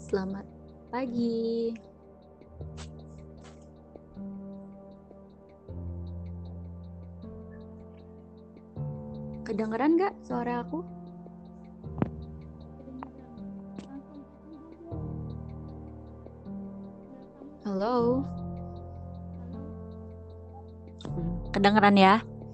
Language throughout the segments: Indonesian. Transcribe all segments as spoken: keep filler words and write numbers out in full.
Selamat pagi. Kedengeran gak suara aku? Halo. Kedengeran ya?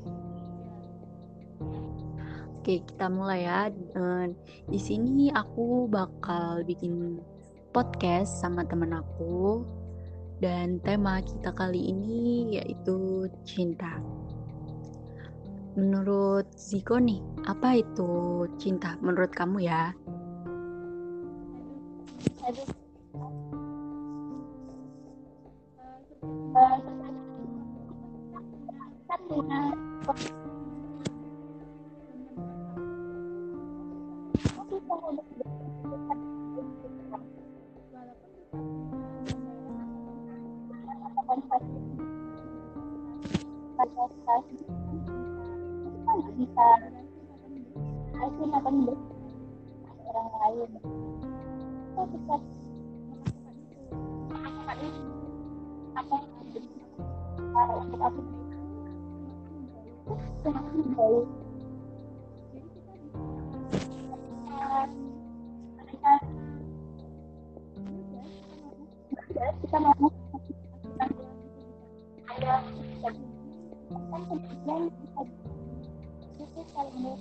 Oke, kita mulai ya. Eh, Di sini aku bakal bikin podcast sama temen aku. Dan tema kita kali ini yaitu cinta. Menurut Ziko nih, apa itu cinta menurut kamu ya? bisa asin akan orang lain kita bisa apa untuk aku semakin baik kita mau ada kan kemudian bisa itu saling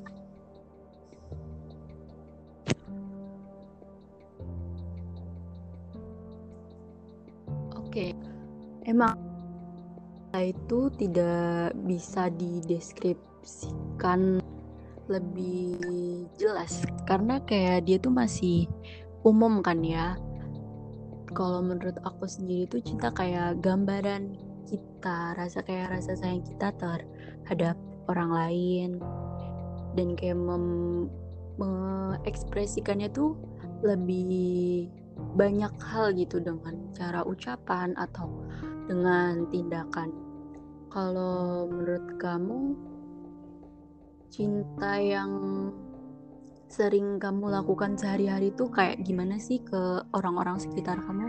Oke, emang itu tidak bisa dideskripsikan lebih jelas karena kayak dia tuh masih umum kan ya. Kalau menurut aku sendiri tuh cinta kayak gambaran kita, rasa kayak rasa sayang kita terhadap orang lain dan kayak mem- mengekspresikannya tuh lebih banyak hal gitu dengan cara ucapan atau dengan tindakan. Kalau menurut kamu cinta yang sering kamu lakukan sehari-hari tuh kayak gimana sih ke orang-orang sekitar kamu?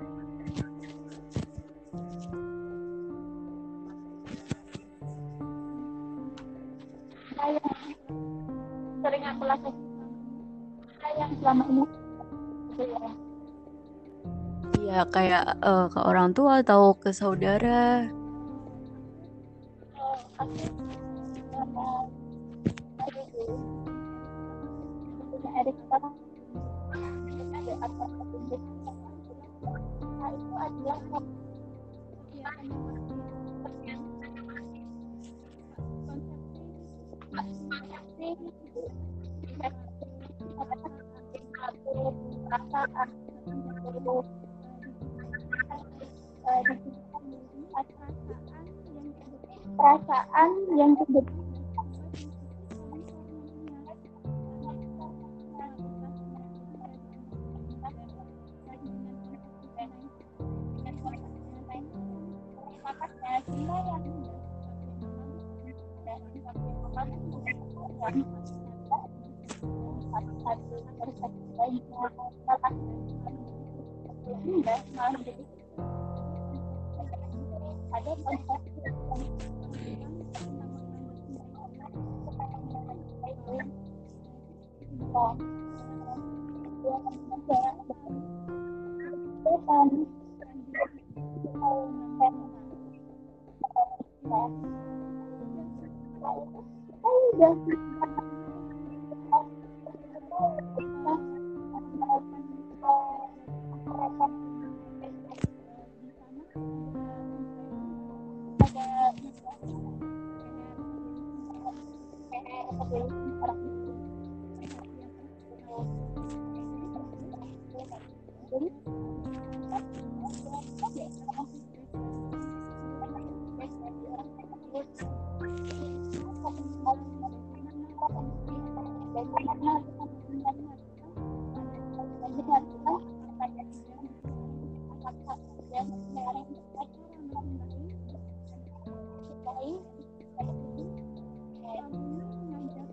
sayang sering aku lakukan sayang selama ini gitu ya Iya kayak eh, ke orang tua atau ke saudara. oh, aku uh, ada di punya adik sekarang ada apa apa nah, itu adalah perasaan perasaan yang terjadi makanya cinta yang satu persepsi lainnya malah indah malah jadi ada konsep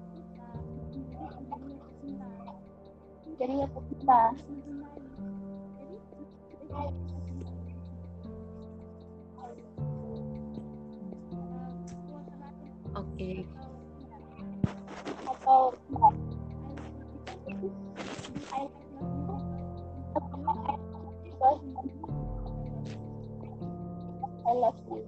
jadi ya kita Oke. atau enggak? I love you.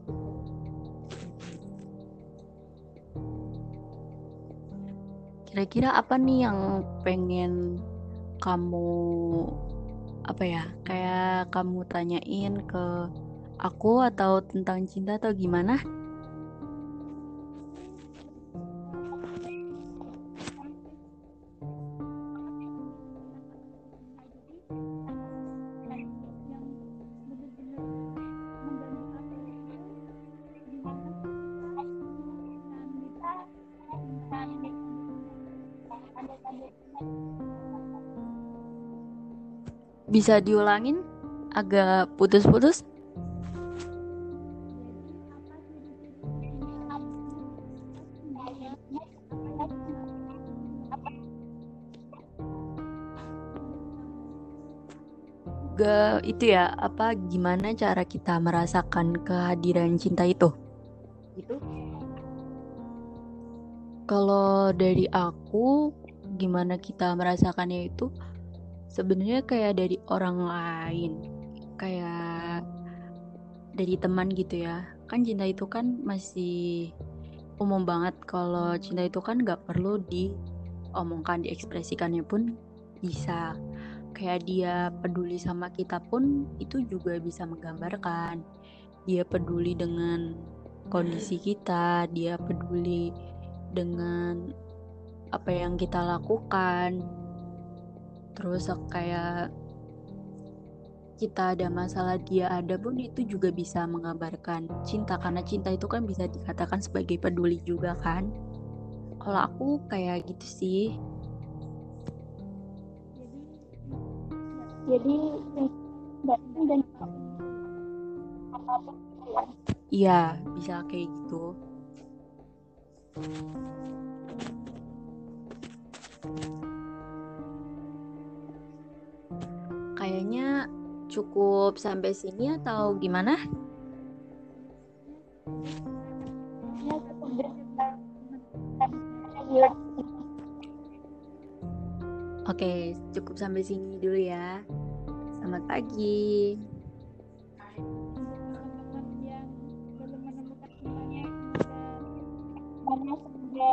Kira-kira apa nih yang pengen kamu apa ya kayak kamu tanyain ke aku atau tentang cinta atau gimana? Bisa diulangin? Agak putus-putus? Gak itu ya apa gimana cara kita merasakan kehadiran cinta itu? Gitu. Kalau dari aku gimana kita merasakannya itu sebenarnya kayak dari orang lain, kayak dari teman gitu ya. Kan cinta itu kan masih umum banget. Kalau cinta itu kan nggak perlu diomongkan, diekspresikannya pun bisa. Kayak dia peduli sama kita pun itu juga bisa menggambarkan. Dia peduli dengan kondisi kita, dia peduli dengan apa yang kita lakukan. Terus kayak kita ada masalah dia ada pun itu juga bisa menggambarkan cinta karena cinta itu kan bisa dikatakan sebagai peduli juga kan. Kalau aku kayak gitu sih. Jadi dan dan apapun ya. Iya, bisa kayak gitu. Kayaknya cukup sampai sini atau gimana? Ya cukup dan bilang Oke, cukup sampai sini dulu ya. Selamat pagi. mana semoga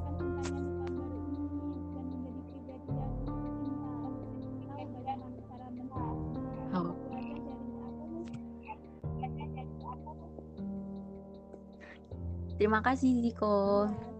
Oh. Terima kasih Ziko.